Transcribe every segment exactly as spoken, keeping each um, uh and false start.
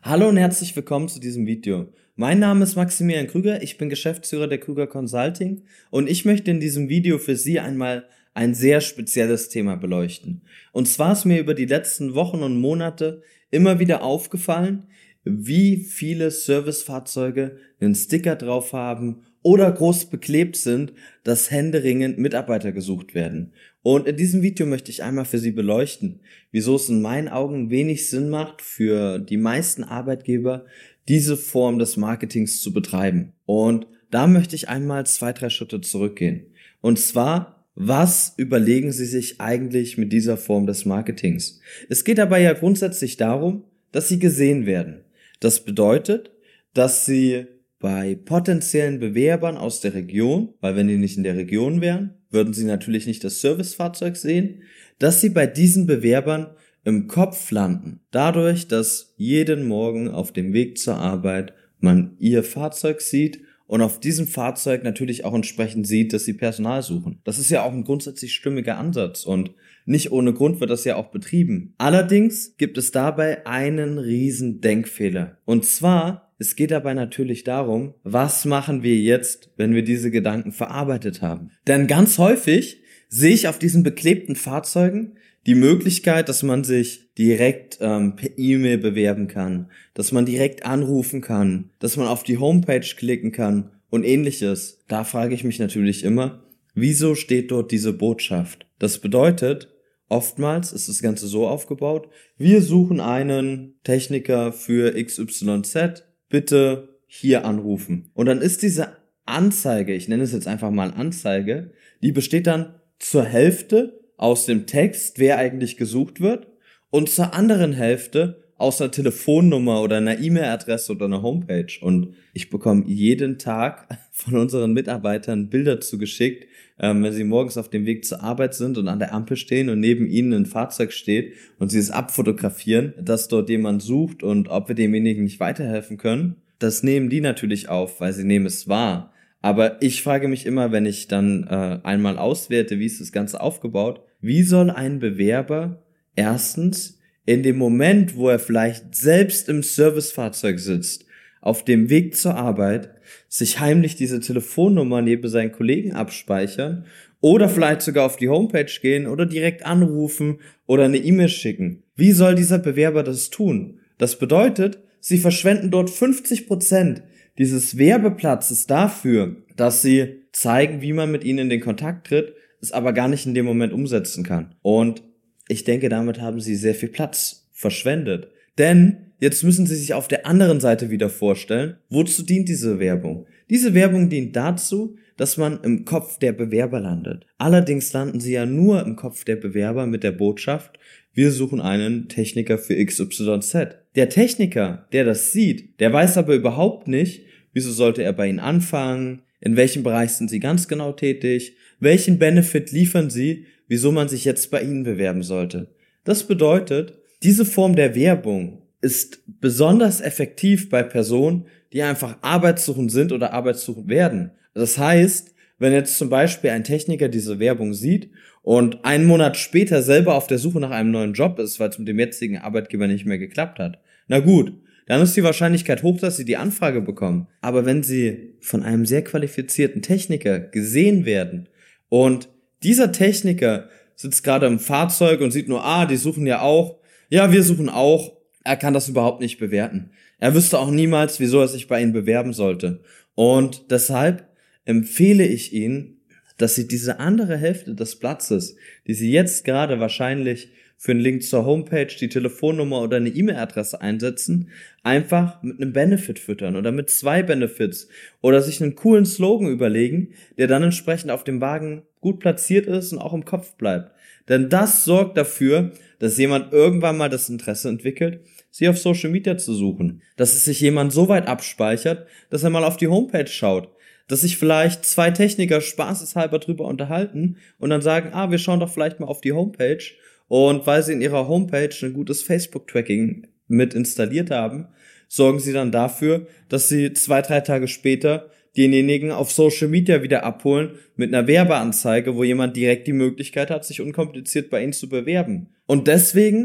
Hallo und herzlich willkommen zu diesem Video. Mein Name ist Maximilian Krüger, ich bin Geschäftsführer der Krüger Consulting und ich möchte in diesem Video für Sie einmal ein sehr spezielles Thema beleuchten. Und zwar ist mir über die letzten Wochen und Monate immer wieder aufgefallen, wie viele Servicefahrzeuge einen Sticker drauf haben oder groß beklebt sind, dass händeringend Mitarbeiter gesucht werden. Und in diesem Video möchte ich einmal für Sie beleuchten, wieso es in meinen Augen wenig Sinn macht, für die meisten Arbeitgeber diese Form des Marketings zu betreiben. Und da möchte ich einmal zwei, drei Schritte zurückgehen. Und zwar, was überlegen Sie sich eigentlich mit dieser Form des Marketings? Es geht dabei ja grundsätzlich darum, dass Sie gesehen werden. Das bedeutet, dass Sie bei potenziellen Bewerbern aus der Region, weil wenn die nicht in der Region wären, würden sie natürlich nicht das Servicefahrzeug sehen, dass sie bei diesen Bewerbern im Kopf landen. Dadurch, dass jeden Morgen auf dem Weg zur Arbeit man ihr Fahrzeug sieht und auf diesem Fahrzeug natürlich auch entsprechend sieht, dass sie Personal suchen. Das ist ja auch ein grundsätzlich stimmiger Ansatz und nicht ohne Grund wird das ja auch betrieben. Allerdings gibt es dabei einen riesen Denkfehler. Und zwar, es geht dabei natürlich darum, was machen wir jetzt, wenn wir diese Gedanken verarbeitet haben. Denn ganz häufig sehe ich auf diesen beklebten Fahrzeugen die Möglichkeit, dass man sich direkt ähm, per E-Mail bewerben kann, dass man direkt anrufen kann, dass man auf die Homepage klicken kann und ähnliches. Da frage ich mich natürlich immer, wieso steht dort diese Botschaft? Das bedeutet, oftmals ist das Ganze so aufgebaut, wir suchen einen Techniker für X Y Z, bitte hier anrufen. Und dann ist diese Anzeige, ich nenne es jetzt einfach mal Anzeige, die besteht dann zur Hälfte aus dem Text, wer eigentlich gesucht wird, und zur anderen Hälfte aus einer Telefonnummer oder einer E-Mail-Adresse oder einer Homepage. Und ich bekomme jeden Tag von unseren Mitarbeitern Bilder zugeschickt, ähm, wenn sie morgens auf dem Weg zur Arbeit sind und an der Ampel stehen und neben ihnen ein Fahrzeug steht und sie es abfotografieren, dass dort jemand sucht und ob wir demjenigen nicht weiterhelfen können. Das nehmen die natürlich auf, weil sie nehmen es wahr. Aber ich frage mich immer, wenn ich dann äh, einmal auswerte, wie ist das Ganze aufgebaut, wie soll ein Bewerber erstens in dem Moment, wo er vielleicht selbst im Servicefahrzeug sitzt, auf dem Weg zur Arbeit, sich heimlich diese Telefonnummer neben seinen Kollegen abspeichern oder vielleicht sogar auf die Homepage gehen oder direkt anrufen oder eine E-Mail schicken? Wie soll dieser Bewerber das tun? Das bedeutet, sie verschwenden dort fünfzig Prozent dieses Werbeplatzes dafür, dass sie zeigen, wie man mit ihnen in den Kontakt tritt, es aber gar nicht in dem Moment umsetzen kann. Und ich denke, damit haben sie sehr viel Platz verschwendet. Denn jetzt müssen Sie sich auf der anderen Seite wieder vorstellen, wozu dient diese Werbung? Diese Werbung dient dazu, dass man im Kopf der Bewerber landet. Allerdings landen Sie ja nur im Kopf der Bewerber mit der Botschaft, wir suchen einen Techniker für X Y Z. Der Techniker, der das sieht, der weiß aber überhaupt nicht, wieso sollte er bei Ihnen anfangen, in welchem Bereich sind Sie ganz genau tätig, welchen Benefit liefern Sie, wieso man sich jetzt bei Ihnen bewerben sollte. Das bedeutet, diese Form der Werbung ist besonders effektiv bei Personen, die einfach arbeitssuchend sind oder arbeitssuchend werden. Das heißt, wenn jetzt zum Beispiel ein Techniker diese Werbung sieht und einen Monat später selber auf der Suche nach einem neuen Job ist, weil es mit dem jetzigen Arbeitgeber nicht mehr geklappt hat, na gut, dann ist die Wahrscheinlichkeit hoch, dass Sie die Anfrage bekommen. Aber wenn Sie von einem sehr qualifizierten Techniker gesehen werden und dieser Techniker sitzt gerade im Fahrzeug und sieht nur, ah, die suchen ja auch, ja, wir suchen auch, er kann das überhaupt nicht bewerten. Er wüsste auch niemals, wieso er sich bei Ihnen bewerben sollte. Und deshalb empfehle ich Ihnen, dass Sie diese andere Hälfte des Platzes, die Sie jetzt gerade wahrscheinlich für einen Link zur Homepage, die Telefonnummer oder eine E-Mail-Adresse einsetzen, einfach mit einem Benefit füttern oder mit zwei Benefits oder sich einen coolen Slogan überlegen, der dann entsprechend auf dem Wagen gut platziert ist und auch im Kopf bleibt. Denn das sorgt dafür, dass jemand irgendwann mal das Interesse entwickelt, sie auf Social Media zu suchen. Dass es sich jemand so weit abspeichert, dass er mal auf die Homepage schaut. Dass sich vielleicht zwei Techniker spaßeshalber drüber unterhalten und dann sagen, ah, wir schauen doch vielleicht mal auf die Homepage. Und weil sie in ihrer Homepage ein gutes Facebook-Tracking mit installiert haben, sorgen sie dann dafür, dass sie zwei, drei Tage später denjenigen auf Social Media wieder abholen mit einer Werbeanzeige, wo jemand direkt die Möglichkeit hat, sich unkompliziert bei ihnen zu bewerben. Und deswegen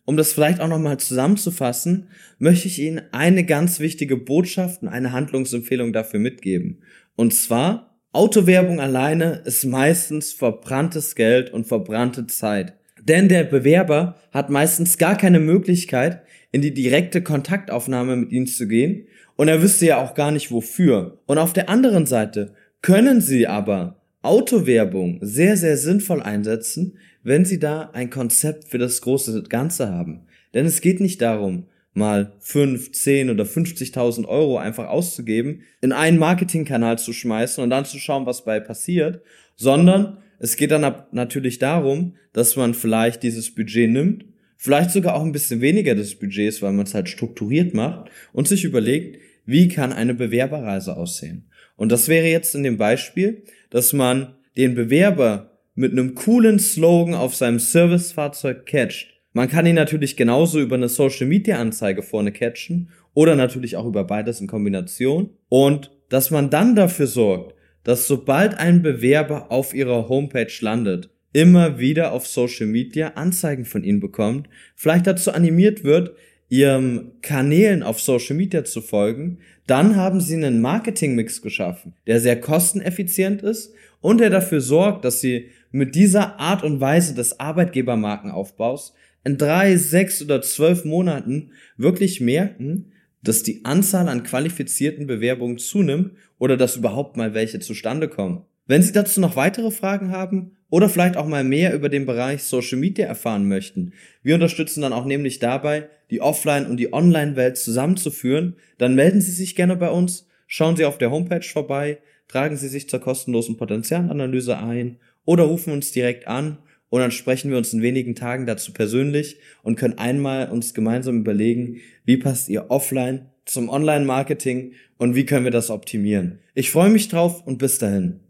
Um das vielleicht auch nochmal zusammenzufassen, möchte ich Ihnen eine ganz wichtige Botschaft und eine Handlungsempfehlung dafür mitgeben. Und zwar, Autowerbung alleine ist meistens verbranntes Geld und verbrannte Zeit. Denn der Bewerber hat meistens gar keine Möglichkeit, in die direkte Kontaktaufnahme mit Ihnen zu gehen, und er wüsste ja auch gar nicht wofür. Und auf der anderen Seite können Sie aber Autowerbung sehr, sehr sinnvoll einsetzen, wenn Sie da ein Konzept für das große Ganze haben. Denn es geht nicht darum, mal fünf, zehn oder fünfzigtausend Euro einfach auszugeben, in einen Marketingkanal zu schmeißen und dann zu schauen, was bei passiert, sondern es geht dann natürlich darum, dass man vielleicht dieses Budget nimmt, vielleicht sogar auch ein bisschen weniger des Budgets, weil man es halt strukturiert macht und sich überlegt, wie kann eine Bewerberreise aussehen. Und das wäre jetzt in dem Beispiel, dass man den Bewerber mit einem coolen Slogan auf seinem Servicefahrzeug catcht. Man kann ihn natürlich genauso über eine Social-Media-Anzeige vorne catchen oder natürlich auch über beides in Kombination. Und dass man dann dafür sorgt, dass sobald ein Bewerber auf ihrer Homepage landet, immer wieder auf Social Media Anzeigen von Ihnen bekommt, vielleicht dazu animiert wird, Ihren Kanälen auf Social Media zu folgen, dann haben Sie einen Marketingmix geschaffen, der sehr kosteneffizient ist und der dafür sorgt, dass Sie mit dieser Art und Weise des Arbeitgebermarkenaufbaus in drei, sechs oder zwölf Monaten wirklich merken, dass die Anzahl an qualifizierten Bewerbungen zunimmt oder dass überhaupt mal welche zustande kommen. Wenn Sie dazu noch weitere Fragen haben oder vielleicht auch mal mehr über den Bereich Social Media erfahren möchten, wir unterstützen dann auch nämlich dabei, die Offline- und die Online-Welt zusammenzuführen, dann melden Sie sich gerne bei uns, schauen Sie auf der Homepage vorbei, tragen Sie sich zur kostenlosen Potenzialanalyse ein oder rufen uns direkt an und dann sprechen wir uns in wenigen Tagen dazu persönlich und können einmal uns gemeinsam überlegen, wie passt Ihr Offline zum Online-Marketing und wie können wir das optimieren. Ich freue mich drauf und bis dahin.